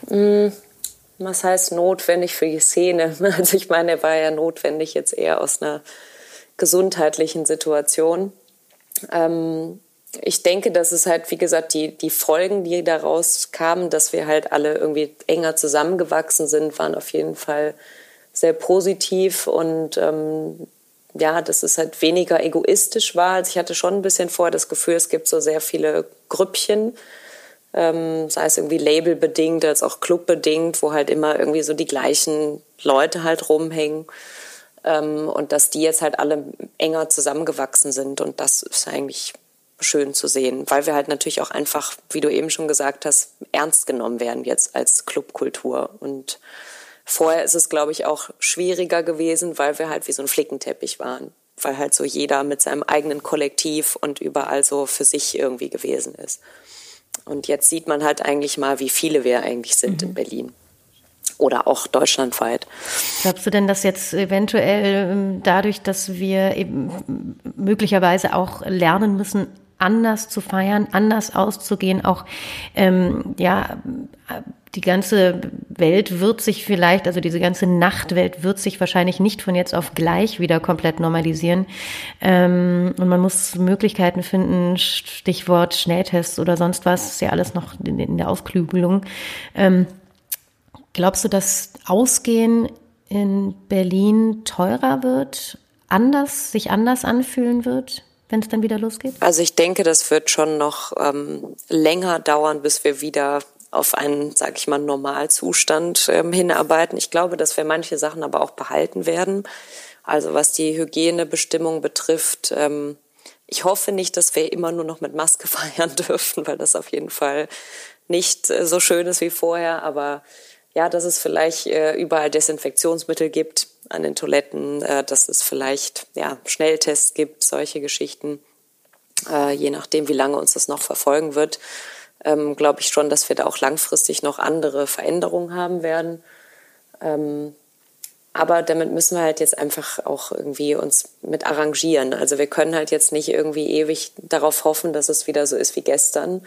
Was heißt notwendig für die Szene? Also ich meine, er war ja notwendig jetzt eher aus einer gesundheitlichen Situation. Ähm, ich denke, dass es halt, wie gesagt, die, die Folgen, die daraus kamen, dass wir halt alle irgendwie enger zusammengewachsen sind, waren auf jeden Fall sehr positiv, und ähm, ja, dass es halt weniger egoistisch war. Also ich hatte schon ein bisschen vorher das Gefühl, es gibt so sehr viele Grüppchen, Ähm, sei es irgendwie labelbedingt, als auch clubbedingt, wo halt immer irgendwie so die gleichen Leute halt rumhängen, ähm, und dass die jetzt halt alle enger zusammengewachsen sind, und das ist eigentlich schön zu sehen, weil wir halt natürlich auch einfach, wie du eben schon gesagt hast, ernst genommen werden jetzt als Clubkultur, und vorher ist es, glaube ich, auch schwieriger gewesen, weil wir halt wie so ein Flickenteppich waren, weil halt so jeder mit seinem eigenen Kollektiv und überall so für sich irgendwie gewesen ist. Und jetzt sieht man halt eigentlich mal, wie viele wir eigentlich sind mhm. in Berlin oder auch deutschlandweit. Glaubst du denn, dass jetzt eventuell dadurch, dass wir eben möglicherweise auch lernen müssen, anders zu feiern, anders auszugehen, auch ähm, ja die ganze Welt wird sich vielleicht, also diese ganze Nachtwelt wird sich wahrscheinlich nicht von jetzt auf gleich wieder komplett normalisieren. Ähm, und man muss Möglichkeiten finden, Stichwort Schnelltests oder sonst was, ist ja alles noch in, in der Aufklügelung. Ähm, glaubst du, dass Ausgehen in Berlin teurer wird, anders, sich anders anfühlen wird, wenn es dann wieder losgeht? Also ich denke, das wird schon noch ähm, länger dauern, bis wir wieder auf einen, sag ich mal, Normalzustand ähm, hinarbeiten. Ich glaube, dass wir manche Sachen aber auch behalten werden. Also was die Hygienebestimmung betrifft, ähm, ich hoffe nicht, dass wir immer nur noch mit Maske feiern dürfen, weil das auf jeden Fall nicht äh, so schön ist wie vorher. Aber ja, dass es vielleicht äh, überall Desinfektionsmittel gibt an den Toiletten, äh, dass es vielleicht ja Schnelltests gibt, solche Geschichten, äh, je nachdem, wie lange uns das noch verfolgen wird. Ähm, glaube ich schon, dass wir da auch langfristig noch andere Veränderungen haben werden. Ähm, aber damit müssen wir halt jetzt einfach auch irgendwie uns mit arrangieren. Also wir können halt jetzt nicht irgendwie ewig darauf hoffen, dass es wieder so ist wie gestern.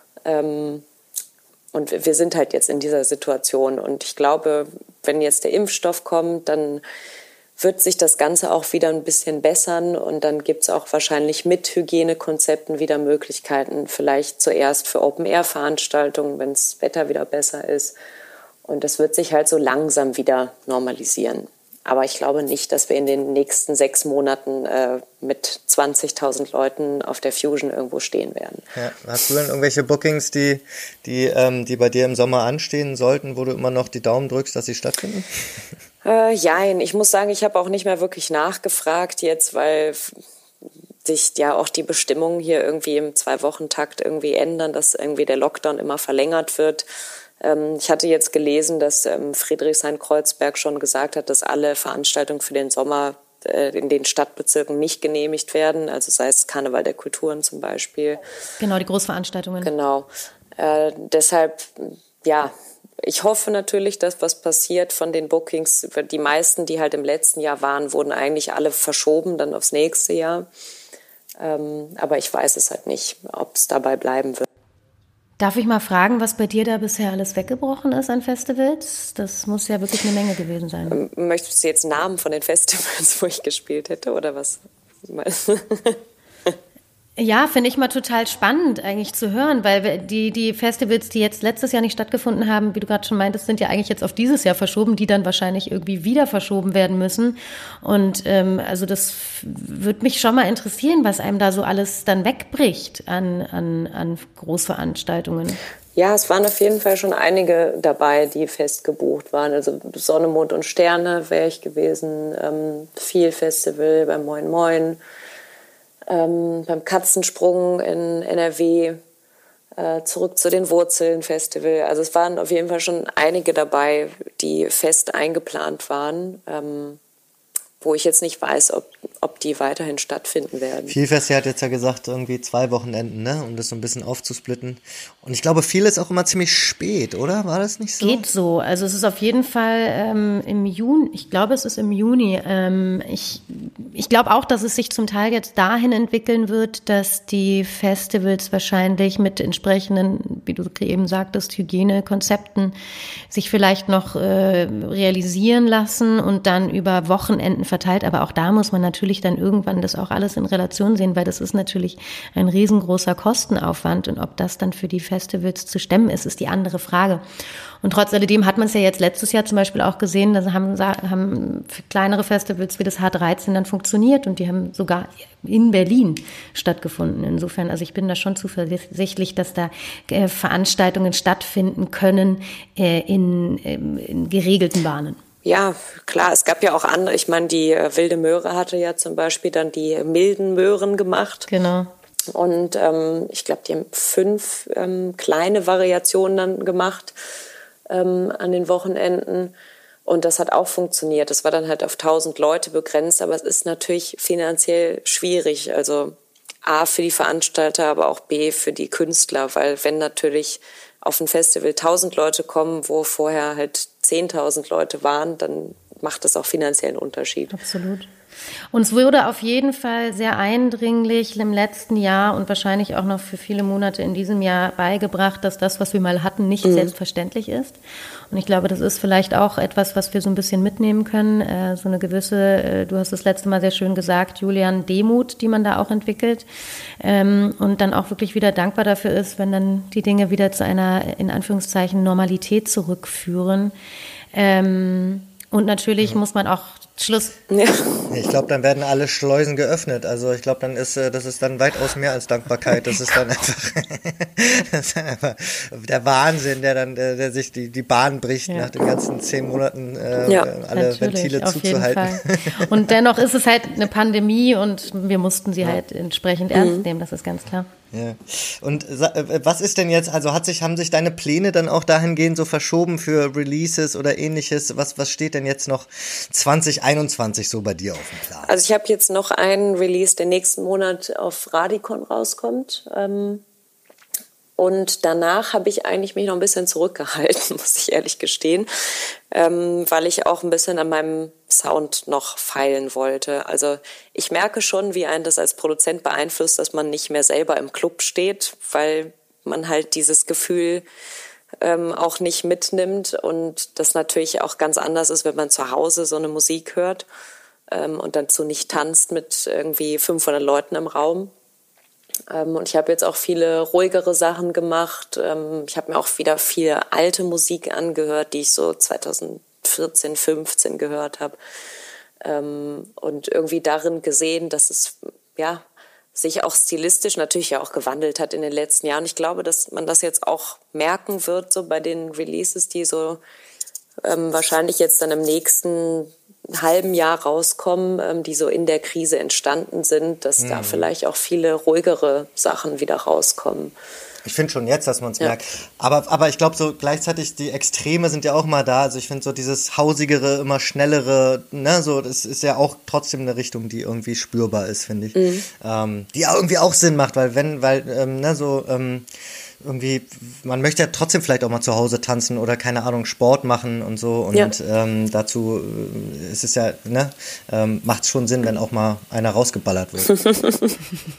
Ähm, und wir sind halt jetzt in dieser Situation. Und ich glaube, wenn jetzt der Impfstoff kommt, dann wird sich das Ganze auch wieder ein bisschen bessern und dann gibt es auch wahrscheinlich mit Hygienekonzepten wieder Möglichkeiten, vielleicht zuerst für Open-Air-Veranstaltungen, wenn das Wetter wieder besser ist. Und das wird sich halt so langsam wieder normalisieren. Aber ich glaube nicht, dass wir in den nächsten sechs Monaten äh, mit zwanzigtausend Leuten auf der Fusion irgendwo stehen werden. Ja, hast du denn irgendwelche Bookings, die, die, ähm, die bei dir im Sommer anstehen sollten, wo du immer noch die Daumen drückst, dass sie stattfinden? Äh, jein, ich muss sagen, ich habe auch nicht mehr wirklich nachgefragt jetzt, weil sich ja auch die Bestimmungen hier irgendwie im Zwei-Wochen-Takt irgendwie ändern, dass irgendwie der Lockdown immer verlängert wird. Ähm, ich hatte jetzt gelesen, dass ähm, Friedrichshain-Kreuzberg schon gesagt hat, dass alle Veranstaltungen für den Sommer äh, in den Stadtbezirken nicht genehmigt werden, also sei es Karneval der Kulturen zum Beispiel. Genau, die Großveranstaltungen. Genau. Äh, deshalb, ja, ich hoffe natürlich, dass was passiert von den Bookings. Die meisten, die halt im letzten Jahr waren, wurden eigentlich alle verschoben dann aufs nächste Jahr. Ähm, aber ich weiß es halt nicht, ob es dabei bleiben wird. Darf ich mal fragen, was bei dir da bisher alles weggebrochen ist an Festivals? Das muss ja wirklich eine Menge gewesen sein. Ähm, möchtest du jetzt Namen von den Festivals, wo ich gespielt hätte, oder was? Ja, finde ich mal total spannend eigentlich zu hören, weil die, die Festivals, die jetzt letztes Jahr nicht stattgefunden haben, wie du gerade schon meintest, sind ja eigentlich jetzt auf dieses Jahr verschoben, die dann wahrscheinlich irgendwie wieder verschoben werden müssen. Und ähm, also das würde mich schon mal interessieren, was einem da so alles dann wegbricht an, an, an Großveranstaltungen. Ja, es waren auf jeden Fall schon einige dabei, die fest gebucht waren. Also Sonne, Mond und Sterne wäre ich gewesen, ähm, viel Festival beim Moin Moin. Ähm, beim Katzensprung in N R W, äh, zurück zu den Wurzeln Festival. Also es waren auf jeden Fall schon einige dabei, die fest eingeplant waren, ähm, wo ich jetzt nicht weiß, ob, ob die weiterhin stattfinden werden. Vielfest hat jetzt ja gesagt, irgendwie zwei Wochenenden, ne, um das so ein bisschen aufzusplitten. Und ich glaube, viel ist auch immer ziemlich spät, oder? War das nicht so? Geht so. Also es ist auf jeden Fall ähm, im Juni, ich glaube, es ist im Juni. Ähm, ich ich glaube auch, dass es sich zum Teil jetzt dahin entwickeln wird, dass die Festivals wahrscheinlich mit entsprechenden, wie du eben sagtest, Hygienekonzepten sich vielleicht noch äh, realisieren lassen und dann über Wochenenden verteilt. Aber auch da muss man natürlich dann irgendwann das auch alles in Relation sehen, weil das ist natürlich ein riesengroßer Kostenaufwand. Und ob das dann für die Festivals zu stemmen ist, ist die andere Frage. Und trotz alledem hat man es ja jetzt letztes Jahr zum Beispiel auch gesehen, da haben, haben kleinere Festivals wie das H dreizehn dann funktioniert und die haben sogar in Berlin stattgefunden. Insofern, also ich bin da schon zuversichtlich, dass da äh, Veranstaltungen stattfinden können äh, in, in, in geregelten Bahnen. Ja, klar, es gab ja auch andere. Ich meine, die äh, Wilde Möhre hatte ja zum Beispiel dann die milden Möhren gemacht. Genau. Und ähm, ich glaube, die haben fünf ähm, kleine Variationen dann gemacht ähm, an den Wochenenden. Und das hat auch funktioniert. Das war dann halt auf tausend Leute begrenzt, aber es ist natürlich finanziell schwierig. Also A für die Veranstalter, aber auch B für die Künstler, weil wenn natürlich auf ein Festival tausend Leute kommen, wo vorher halt zehntausend Leute waren, dann macht das auch finanziellen Unterschied. Absolut. Uns wurde auf jeden Fall sehr eindringlich im letzten Jahr und wahrscheinlich auch noch für viele Monate in diesem Jahr beigebracht, dass das, was wir mal hatten, nicht mhm. selbstverständlich ist. Und ich glaube, das ist vielleicht auch etwas, was wir so ein bisschen mitnehmen können. Äh, so eine gewisse, äh, du hast das letzte Mal sehr schön gesagt, Julian, Demut, die man da auch entwickelt. Ähm, und dann auch wirklich wieder dankbar dafür ist, wenn dann die Dinge wieder zu einer, in Anführungszeichen, Normalität zurückführen. Ähm, und natürlich mhm. muss man auch Schluss. Ja. Ich glaube, dann werden alle Schleusen geöffnet. Also ich glaube, dann ist das ist dann weitaus mehr als Dankbarkeit. Das ist dann einfach, das ist dann einfach der Wahnsinn, der dann, der, der sich die, die Bahn bricht, ja. nach den ganzen zehn Monaten äh, ja. alle Ventile zuzuhalten. Und dennoch ist es halt eine Pandemie und wir mussten sie ja. halt entsprechend mhm. ernst nehmen, das ist ganz klar. Ja. Und was ist denn jetzt, also hat sich, haben sich deine Pläne dann auch dahingehend so verschoben für Releases oder ähnliches? Was, was steht denn jetzt noch zwanzig einundzwanzig so bei dir auf dem Plan? Also ich habe jetzt noch einen Release, der nächsten Monat auf Radikon rauskommt. Ähm Und danach habe ich eigentlich mich noch ein bisschen zurückgehalten, muss ich ehrlich gestehen, ähm, weil ich auch ein bisschen an meinem Sound noch feilen wollte. Also ich merke schon, wie einen das als Produzent beeinflusst, dass man nicht mehr selber im Club steht, weil man halt dieses Gefühl ähm, auch nicht mitnimmt und das natürlich auch ganz anders ist, wenn man zu Hause so eine Musik hört ähm, und dazu nicht tanzt mit irgendwie fünfhundert Leuten im Raum. Und ich habe jetzt auch viele ruhigere Sachen gemacht. Ich habe mir auch wieder viel alte Musik angehört, die ich so zweitausendvierzehn, fünfzehn gehört habe. Und irgendwie darin gesehen, dass es ja sich auch stilistisch natürlich ja auch gewandelt hat in den letzten Jahren. Ich glaube, dass man das jetzt auch merken wird, so bei den Releases, die so ähm, wahrscheinlich jetzt dann im nächsten halben Jahr rauskommen, ähm, die so in der Krise entstanden sind, dass mhm. da vielleicht auch viele ruhigere Sachen wieder rauskommen. Ich finde schon jetzt, dass man es ja. merkt. Aber, aber ich glaube, so gleichzeitig die Extreme sind ja auch mal da. Also ich finde so dieses hausigere, immer schnellere, ne, so, das ist ja auch trotzdem eine Richtung, die irgendwie spürbar ist, finde ich. Mhm. Ähm, die ja irgendwie auch Sinn macht, weil wenn, weil, ähm, ne, so, ähm, irgendwie, man möchte ja trotzdem vielleicht auch mal zu Hause tanzen oder keine Ahnung, Sport machen und so und ja. ähm, dazu äh, ist es ja, ne, ähm, macht es schon Sinn, wenn auch mal einer rausgeballert wird.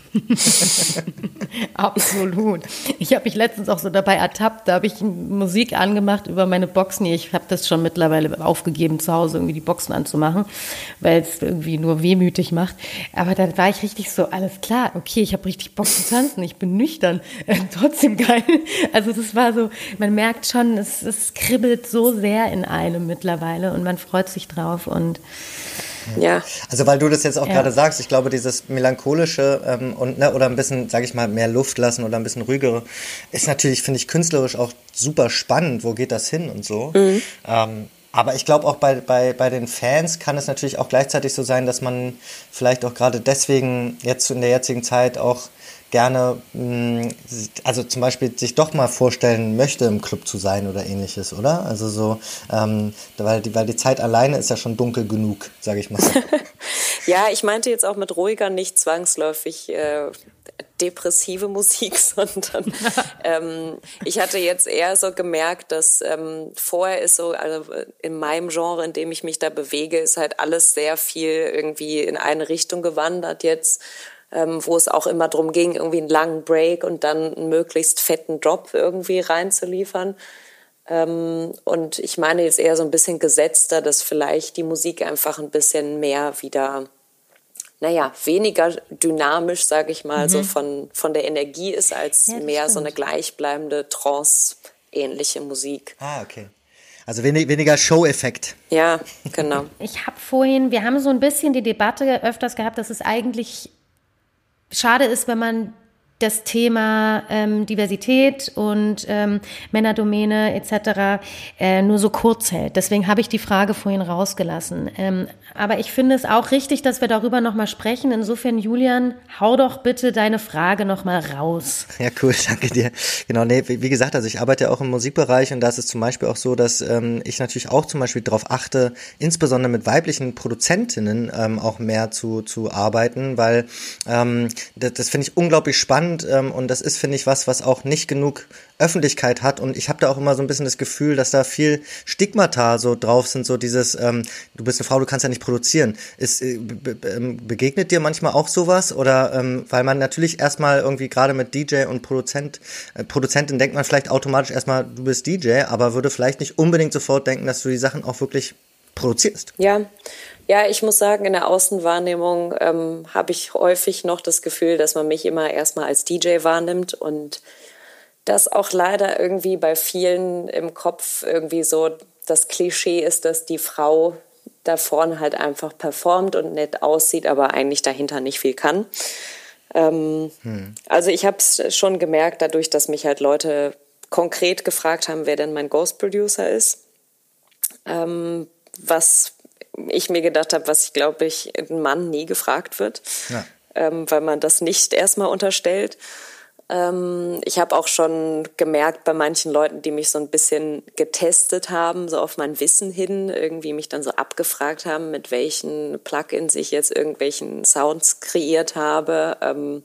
Absolut. Ich habe mich letztens auch so dabei ertappt, da habe ich Musik angemacht über meine Boxen. Ich habe das schon mittlerweile aufgegeben, zu Hause irgendwie die Boxen anzumachen, weil es irgendwie nur wehmütig macht. Aber da war ich richtig so, alles klar, okay, ich habe richtig Bock zu tanzen, ich bin nüchtern, äh, trotzdem geil. Also das war so, man merkt schon, es, es kribbelt so sehr in einem mittlerweile und man freut sich drauf und ja. Also weil du das jetzt auch ja. gerade sagst, ich glaube, dieses melancholische ähm, und ne, oder ein bisschen, sage ich mal, mehr Luft lassen oder ein bisschen ruhigere, ist natürlich, finde ich, künstlerisch auch super spannend. Wo geht das hin und so? Mhm. Ähm, aber ich glaube auch bei, bei, bei den Fans kann es natürlich auch gleichzeitig so sein, dass man vielleicht auch gerade deswegen jetzt in der jetzigen Zeit auch gerne, also zum Beispiel sich doch mal vorstellen möchte, im Club zu sein oder ähnliches, oder? Also so, ähm, weil, die, weil die Zeit alleine ist ja schon dunkel genug, sage ich mal. Ja, ich meinte jetzt auch mit ruhiger nicht zwangsläufig äh, depressive Musik, sondern ähm, ich hatte jetzt eher so gemerkt, dass ähm, vorher ist so, also in meinem Genre, in dem ich mich da bewege, ist halt alles sehr viel irgendwie in eine Richtung gewandert jetzt, ähm, wo es auch immer darum ging, irgendwie einen langen Break und dann einen möglichst fetten Drop irgendwie reinzuliefern. Ähm, und ich meine jetzt eher so ein bisschen gesetzter, dass vielleicht die Musik einfach ein bisschen mehr wieder, naja, weniger dynamisch, sage ich mal, mhm. so von, von der Energie ist, als ja, mehr stimmt. so eine gleichbleibende Trance-ähnliche Musik. Ah, okay. Also wenig, weniger Show-Effekt. Ja, genau. Ich habe vorhin, wir haben so ein bisschen die Debatte öfters gehabt, dass es eigentlich schade ist, wenn man das Thema ähm, Diversität und ähm, Männerdomäne et cetera äh, nur so kurz hält. Deswegen habe ich die Frage vorhin rausgelassen. Ähm, aber ich finde es auch richtig, dass wir darüber nochmal sprechen. Insofern, Julian, hau doch bitte deine Frage nochmal raus. Ja, cool, danke dir. Genau, nee, wie, wie gesagt, also ich arbeite ja auch im Musikbereich und da ist es zum Beispiel auch so, dass ähm, ich natürlich auch zum Beispiel darauf achte, insbesondere mit weiblichen Produzentinnen ähm, auch mehr zu, zu arbeiten, weil ähm, das, das finde ich unglaublich spannend, spannend ähm, und das ist, finde ich, was, was auch nicht genug Öffentlichkeit hat und ich habe da auch immer so ein bisschen das Gefühl, dass da viel Stigmata so drauf sind, so dieses, ähm, du bist eine Frau, du kannst ja nicht produzieren. Ist, äh, be- be- begegnet dir manchmal auch sowas oder, ähm, weil man natürlich erstmal irgendwie gerade mit D J und Produzent, äh, Produzentin denkt man vielleicht automatisch erstmal, du bist D J, aber würde vielleicht nicht unbedingt sofort denken, dass du die Sachen auch wirklich produzierst. Ja, ja, ich muss sagen, in der Außenwahrnehmung ähm, habe ich häufig noch das Gefühl, dass man mich immer erstmal als D J wahrnimmt und das auch leider irgendwie bei vielen im Kopf irgendwie so das Klischee ist, dass die Frau da vorne halt einfach performt und nett aussieht, aber eigentlich dahinter nicht viel kann. Ähm, hm. Also ich habe es schon gemerkt, dadurch, dass mich halt Leute konkret gefragt haben, wer denn mein Ghost Producer ist, ähm, was ich mir gedacht habe, was ich glaube ich ein Mann nie gefragt wird, ja. ähm, weil man das nicht erstmal unterstellt. Ähm, ich habe auch schon gemerkt bei manchen Leuten, die mich so ein bisschen getestet haben, so auf mein Wissen hin, irgendwie mich dann so abgefragt haben, mit welchen Plugins ich jetzt irgendwelchen Sounds kreiert habe. Ähm,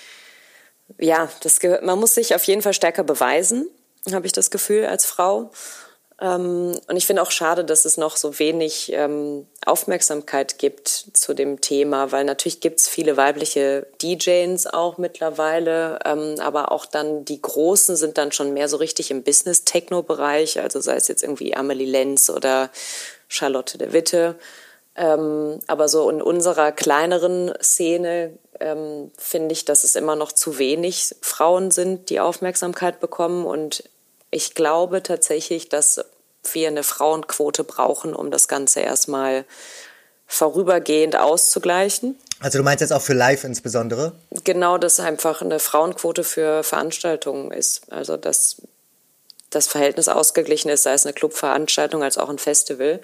ja, das gehört, man muss sich auf jeden Fall stärker beweisen, habe ich das Gefühl, als Frau. Ähm, und ich finde auch schade, dass es noch so wenig ähm, Aufmerksamkeit gibt zu dem Thema, weil natürlich gibt es viele weibliche D Js auch mittlerweile, ähm, aber auch dann die Großen sind dann schon mehr so richtig im Business-Techno-Bereich, also sei es jetzt irgendwie Amelie Lenz oder Charlotte de Witte. Ähm, aber so in unserer kleineren Szene ähm, finde ich, dass es immer noch zu wenig Frauen sind, die Aufmerksamkeit bekommen und ich glaube tatsächlich, dass wir eine Frauenquote brauchen, um das Ganze erstmal vorübergehend auszugleichen. Also du meinst jetzt auch für live insbesondere? Genau, dass einfach eine Frauenquote für Veranstaltungen ist. Also dass das Verhältnis ausgeglichen ist, sei es eine Clubveranstaltung als auch ein Festival.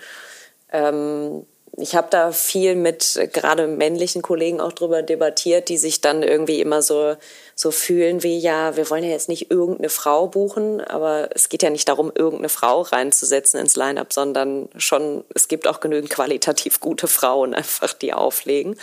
Ähm, ich habe da viel mit gerade männlichen Kollegen auch drüber debattiert, die sich dann irgendwie immer so, so fühlen wie, ja, wir wollen ja jetzt nicht irgendeine Frau buchen, aber es geht ja nicht darum, irgendeine Frau reinzusetzen ins Line-Up, sondern schon, es gibt auch genügend qualitativ gute Frauen einfach, die auflegen.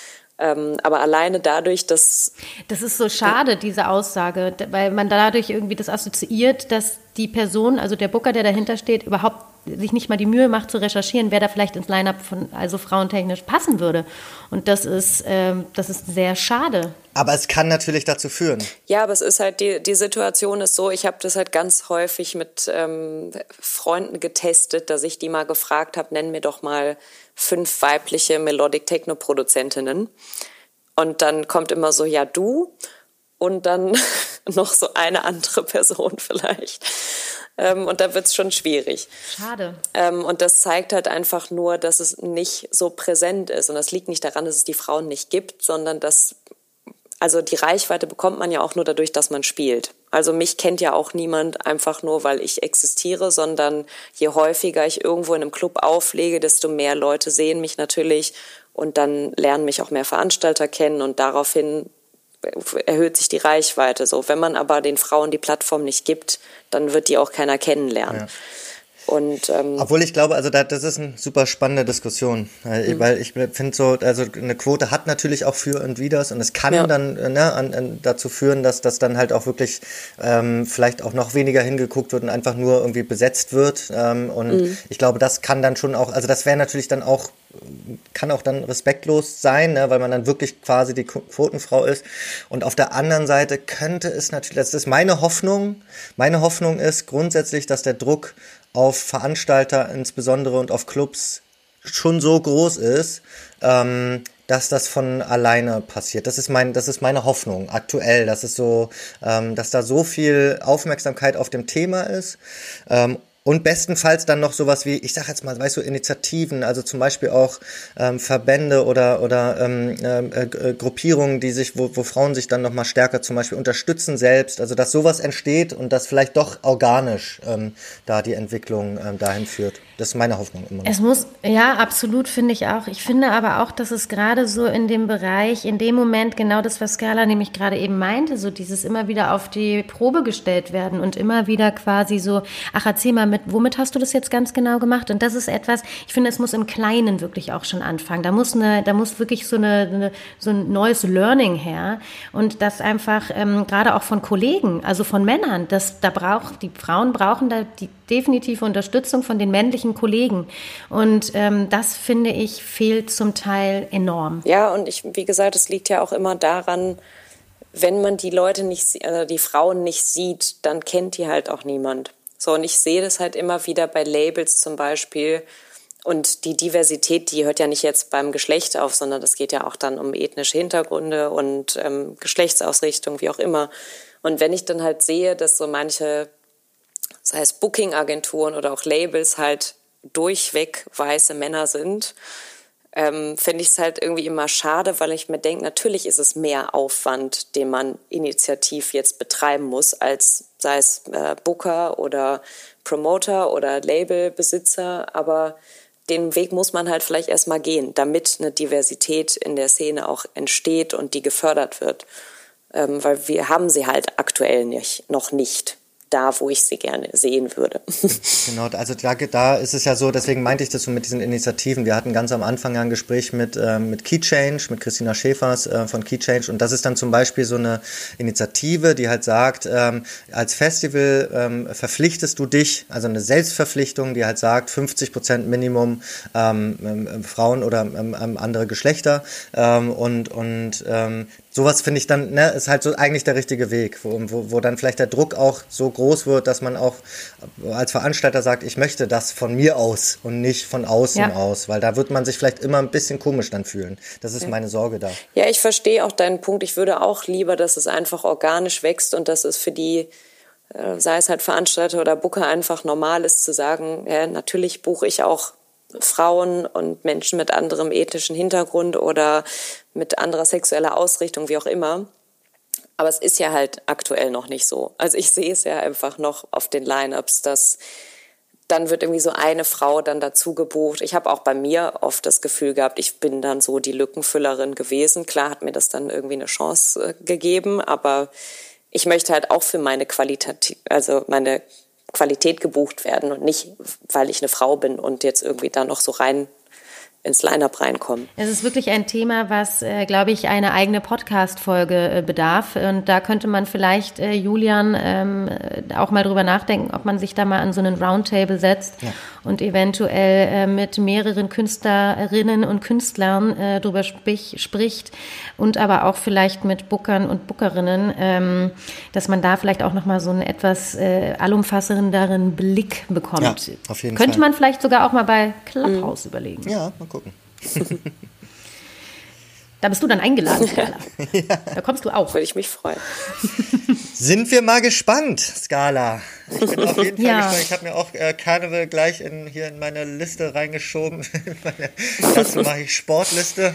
Ähm, aber alleine dadurch, dass... Das ist so schade, diese Aussage, weil man dadurch irgendwie das assoziiert, dass die Person, also der Booker, der dahinter steht, überhaupt sich nicht mal die Mühe macht zu recherchieren, wer da vielleicht ins Line-Up von, also frauentechnisch passen würde. Und das ist, ähm, das ist sehr schade. Aber es kann natürlich dazu führen. Ja, aber es ist halt, die, die Situation ist so, ich habe das halt ganz häufig mit ähm, Freunden getestet, dass ich die mal gefragt habe, nenn mir doch mal fünf weibliche Melodic-Techno-Produzentinnen. Und dann kommt immer so, ja, du und dann noch so eine andere Person vielleicht. Ähm, und da wird's schon schwierig. Schade. Ähm, und das zeigt halt einfach nur, dass es nicht so präsent ist. Und das liegt nicht daran, dass es die Frauen nicht gibt, sondern dass, also die Reichweite bekommt man ja auch nur dadurch, dass man spielt. Also mich kennt ja auch niemand einfach nur, weil ich existiere, sondern je häufiger ich irgendwo in einem Club auflege, desto mehr Leute sehen mich natürlich und dann lernen mich auch mehr Veranstalter kennen und daraufhin erhöht sich die Reichweite. So, wenn man aber den Frauen die Plattform nicht gibt, dann wird die auch keiner kennenlernen. Ja. Und, ähm, Obwohl ich glaube, also da, das ist eine super spannende Diskussion, weil, mhm. weil ich finde so, also eine Quote hat natürlich auch für und widers und es kann ja. dann ne, an, an, dazu führen, dass das dann halt auch wirklich ähm, vielleicht auch noch weniger hingeguckt wird und einfach nur irgendwie besetzt wird ähm, und mhm. ich glaube, das kann dann schon auch, also das wäre natürlich dann auch, kann auch dann respektlos sein, ne, weil man dann wirklich quasi die Quotenfrau ist und auf der anderen Seite könnte es natürlich, das ist meine Hoffnung, meine Hoffnung ist grundsätzlich, dass der Druck auf Veranstalter insbesondere und auf Clubs schon so groß ist, ähm, dass das von alleine passiert. Das ist mein, das ist meine Hoffnung aktuell, dass es so, ähm, dass da so viel Aufmerksamkeit auf dem Thema ist. Ähm, Und bestenfalls dann noch sowas wie, ich sag jetzt mal, weißt du, Initiativen, also zum Beispiel auch ähm, Verbände oder oder ähm, äh, äh, Gruppierungen, die sich, wo, wo Frauen sich dann nochmal stärker zum Beispiel unterstützen selbst, also dass sowas entsteht und dass vielleicht doch organisch ähm, da die Entwicklung ähm, dahin führt. Das ist meine Hoffnung immer noch. Es muss, ja, absolut, finde ich auch. Ich finde aber auch, dass es gerade so in dem Bereich, in dem Moment genau das, was Scala nämlich gerade eben meinte, so dieses immer wieder auf die Probe gestellt werden und immer wieder quasi so, ach, erzähl mal mit, womit hast du das jetzt ganz genau gemacht? Und das ist etwas, ich finde, es muss im Kleinen wirklich auch schon anfangen. Da muss eine, da muss wirklich so eine, eine so ein neues Learning her. Und das einfach, ähm, gerade auch von Kollegen, also von Männern, das, da braucht, die Frauen brauchen da die definitive Unterstützung von den männlichen Kollegen. Und ähm, das, finde ich, fehlt zum Teil enorm. Ja, und ich, wie gesagt, es liegt ja auch immer daran, wenn man die Leute nicht, also die Frauen nicht sieht, dann kennt die halt auch niemand. So, und ich sehe das halt immer wieder bei Labels zum Beispiel. Und die Diversität, die hört ja nicht jetzt beim Geschlecht auf, sondern das geht ja auch dann um ethnische Hintergründe und ähm, Geschlechtsausrichtung, wie auch immer. Und wenn ich dann halt sehe, dass so manche, sei es Booking-Agenturen oder auch Labels halt durchweg weiße Männer sind, ähm, finde ich es halt irgendwie immer schade, weil ich mir denke, natürlich ist es mehr Aufwand, den man initiativ jetzt betreiben muss, als sei es äh, Booker oder Promoter oder Labelbesitzer, aber den Weg muss man halt vielleicht erstmal gehen, damit eine Diversität in der Szene auch entsteht und die gefördert wird. Ähm, weil wir haben sie halt aktuell nicht, noch nicht da, wo ich sie gerne sehen würde. Genau, also da, da ist es ja so, deswegen meinte ich das so mit diesen Initiativen. Wir hatten ganz am Anfang ja ein Gespräch mit, äh, mit Key Change, mit Christina Schäfers äh, von Key Change, und das ist dann zum Beispiel so eine Initiative, die halt sagt, ähm, als Festival ähm, verpflichtest du dich, also eine Selbstverpflichtung, die halt sagt, fünfzig Prozent Minimum ähm, ähm, Frauen oder ähm, andere Geschlechter ähm, und, und ähm, sowas finde ich dann, ne, ist halt so eigentlich der richtige Weg, wo, wo, wo dann vielleicht der Druck auch so groß wird, dass man auch als Veranstalter sagt, ich möchte das von mir aus und nicht von außen ja. aus, weil da wird man sich vielleicht immer ein bisschen komisch dann fühlen. Das ist ja. meine Sorge da. Ja, ich verstehe auch deinen Punkt. Ich würde auch lieber, dass es einfach organisch wächst und dass es für die, sei es halt Veranstalter oder Booker, einfach normal ist zu sagen, ja, natürlich buche ich auch Frauen und Menschen mit anderem ethnischen Hintergrund oder mit anderer sexueller Ausrichtung, wie auch immer. Aber es ist ja halt aktuell noch nicht so. Also ich sehe es ja einfach noch auf den Line-Ups, dass dann wird irgendwie so eine Frau dann dazu gebucht. Ich habe auch bei mir oft das Gefühl gehabt, ich bin dann so die Lückenfüllerin gewesen. Klar hat mir das dann irgendwie eine Chance äh, gegeben, aber ich möchte halt auch für meine Qualität, also meine Qualität gebucht werden und nicht, weil ich eine Frau bin und jetzt irgendwie da noch so rein ins Line-Up reinkommen. Es ist wirklich ein Thema, was, äh, glaube ich, eine eigene Podcast-Folge äh, bedarf. Und da könnte man vielleicht, äh, Julian, ähm, auch mal drüber nachdenken, ob man sich da mal an so einen Roundtable setzt ja. und eventuell äh, mit mehreren Künstlerinnen und Künstlern äh, drüber sprich, spricht und aber auch vielleicht mit Bookern und Bookerinnen, ähm, dass man da vielleicht auch nochmal so einen etwas äh, allumfassenderen Blick bekommt. Ja, auf jeden Könnte Fall. man vielleicht sogar auch mal bei Clubhouse mhm. überlegen. Ja, mal gucken. Da bist du dann eingeladen, Skala. Ja. Da kommst du auch. Würde ich mich freuen. Sind wir mal gespannt, Skala. Ich bin auf jeden Fall ja. gespannt. Ich habe mir auch äh, Karneval gleich in, hier in meine Liste reingeschoben. Dazu mache ich Sportliste.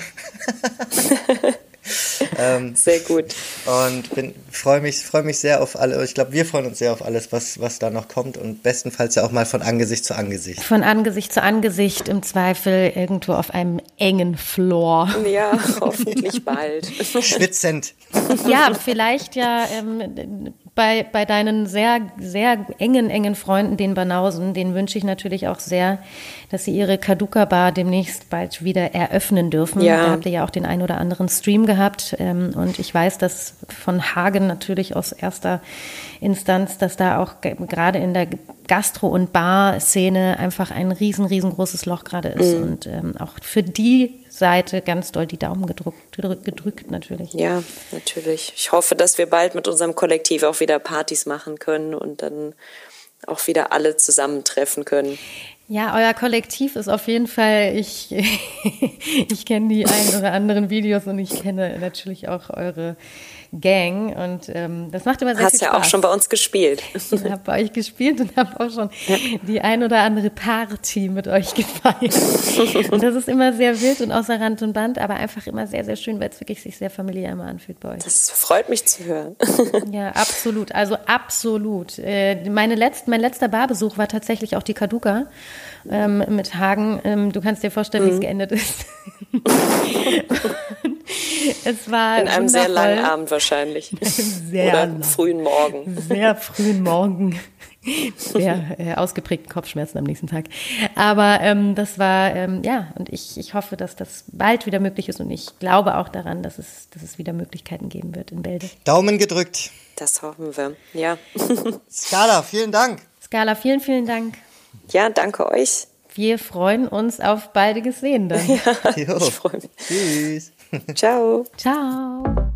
ähm, sehr gut. Und bin freue mich, freue mich sehr auf alle. Ich glaube, wir freuen uns sehr auf alles, was, was da noch kommt, und bestenfalls ja auch mal von Angesicht zu Angesicht. Von Angesicht zu Angesicht, im Zweifel irgendwo auf einem engen Floor. Ja, hoffentlich bald. Schwitzend. Ja, vielleicht ja ähm, bei, bei deinen sehr, sehr engen, engen Freunden, den Banausen, denen wünsche ich natürlich auch sehr, dass sie ihre Kaduka Bar demnächst bald wieder eröffnen dürfen. Ja. Da habt ihr ja auch den ein oder anderen Stream gehabt. Ähm, und ich weiß, dass von Hagen natürlich aus erster Instanz, dass da auch g- gerade in der Gastro- und Bar-Szene einfach ein riesen, riesengroßes Loch gerade ist. Mhm. Und ähm, auch für die Seite ganz doll die Daumen gedrückt, gedrückt, gedrückt natürlich. Ja, natürlich. Ich hoffe, dass wir bald mit unserem Kollektiv auch wieder Partys machen können und dann auch wieder alle zusammentreffen können. Ja, euer Kollektiv ist auf jeden Fall, ich, ich kenne die ein oder anderen Videos und ich kenne natürlich auch eure Gang, und ähm, das macht immer sehr Hast viel Spaß. Hast ja auch schon bei uns gespielt. Ich habe bei euch gespielt und habe auch schon die ein oder andere Party mit euch gefeiert. Und das ist immer sehr wild und außer Rand und Band, aber einfach immer sehr, sehr schön, weil es wirklich sich sehr familiär immer anfühlt bei euch. Das freut mich zu hören. Ja, absolut, also absolut. Äh, meine letzt, mein letzter Barbesuch war tatsächlich auch die Kaduka ähm, mit Hagen. Ähm, du kannst dir vorstellen, mhm. wie es geendet ist. Es war in einem wundervoll. Sehr langen Abend wahrscheinlich. Sehr Oder lang. frühen Morgen. Sehr frühen Morgen. sehr äh, ausgeprägten Kopfschmerzen am nächsten Tag. Aber ähm, das war, ähm, ja, und ich, ich hoffe, dass das bald wieder möglich ist und ich glaube auch daran, dass es, dass es wieder Möglichkeiten geben wird in Bälde. Daumen gedrückt. Das hoffen wir, ja. Scala, vielen Dank. Scala, vielen, vielen Dank. Ja, danke euch. Wir freuen uns auf baldiges Sehen dann. Ja, ich freue mich. Tschüss. Ciao. Ciao.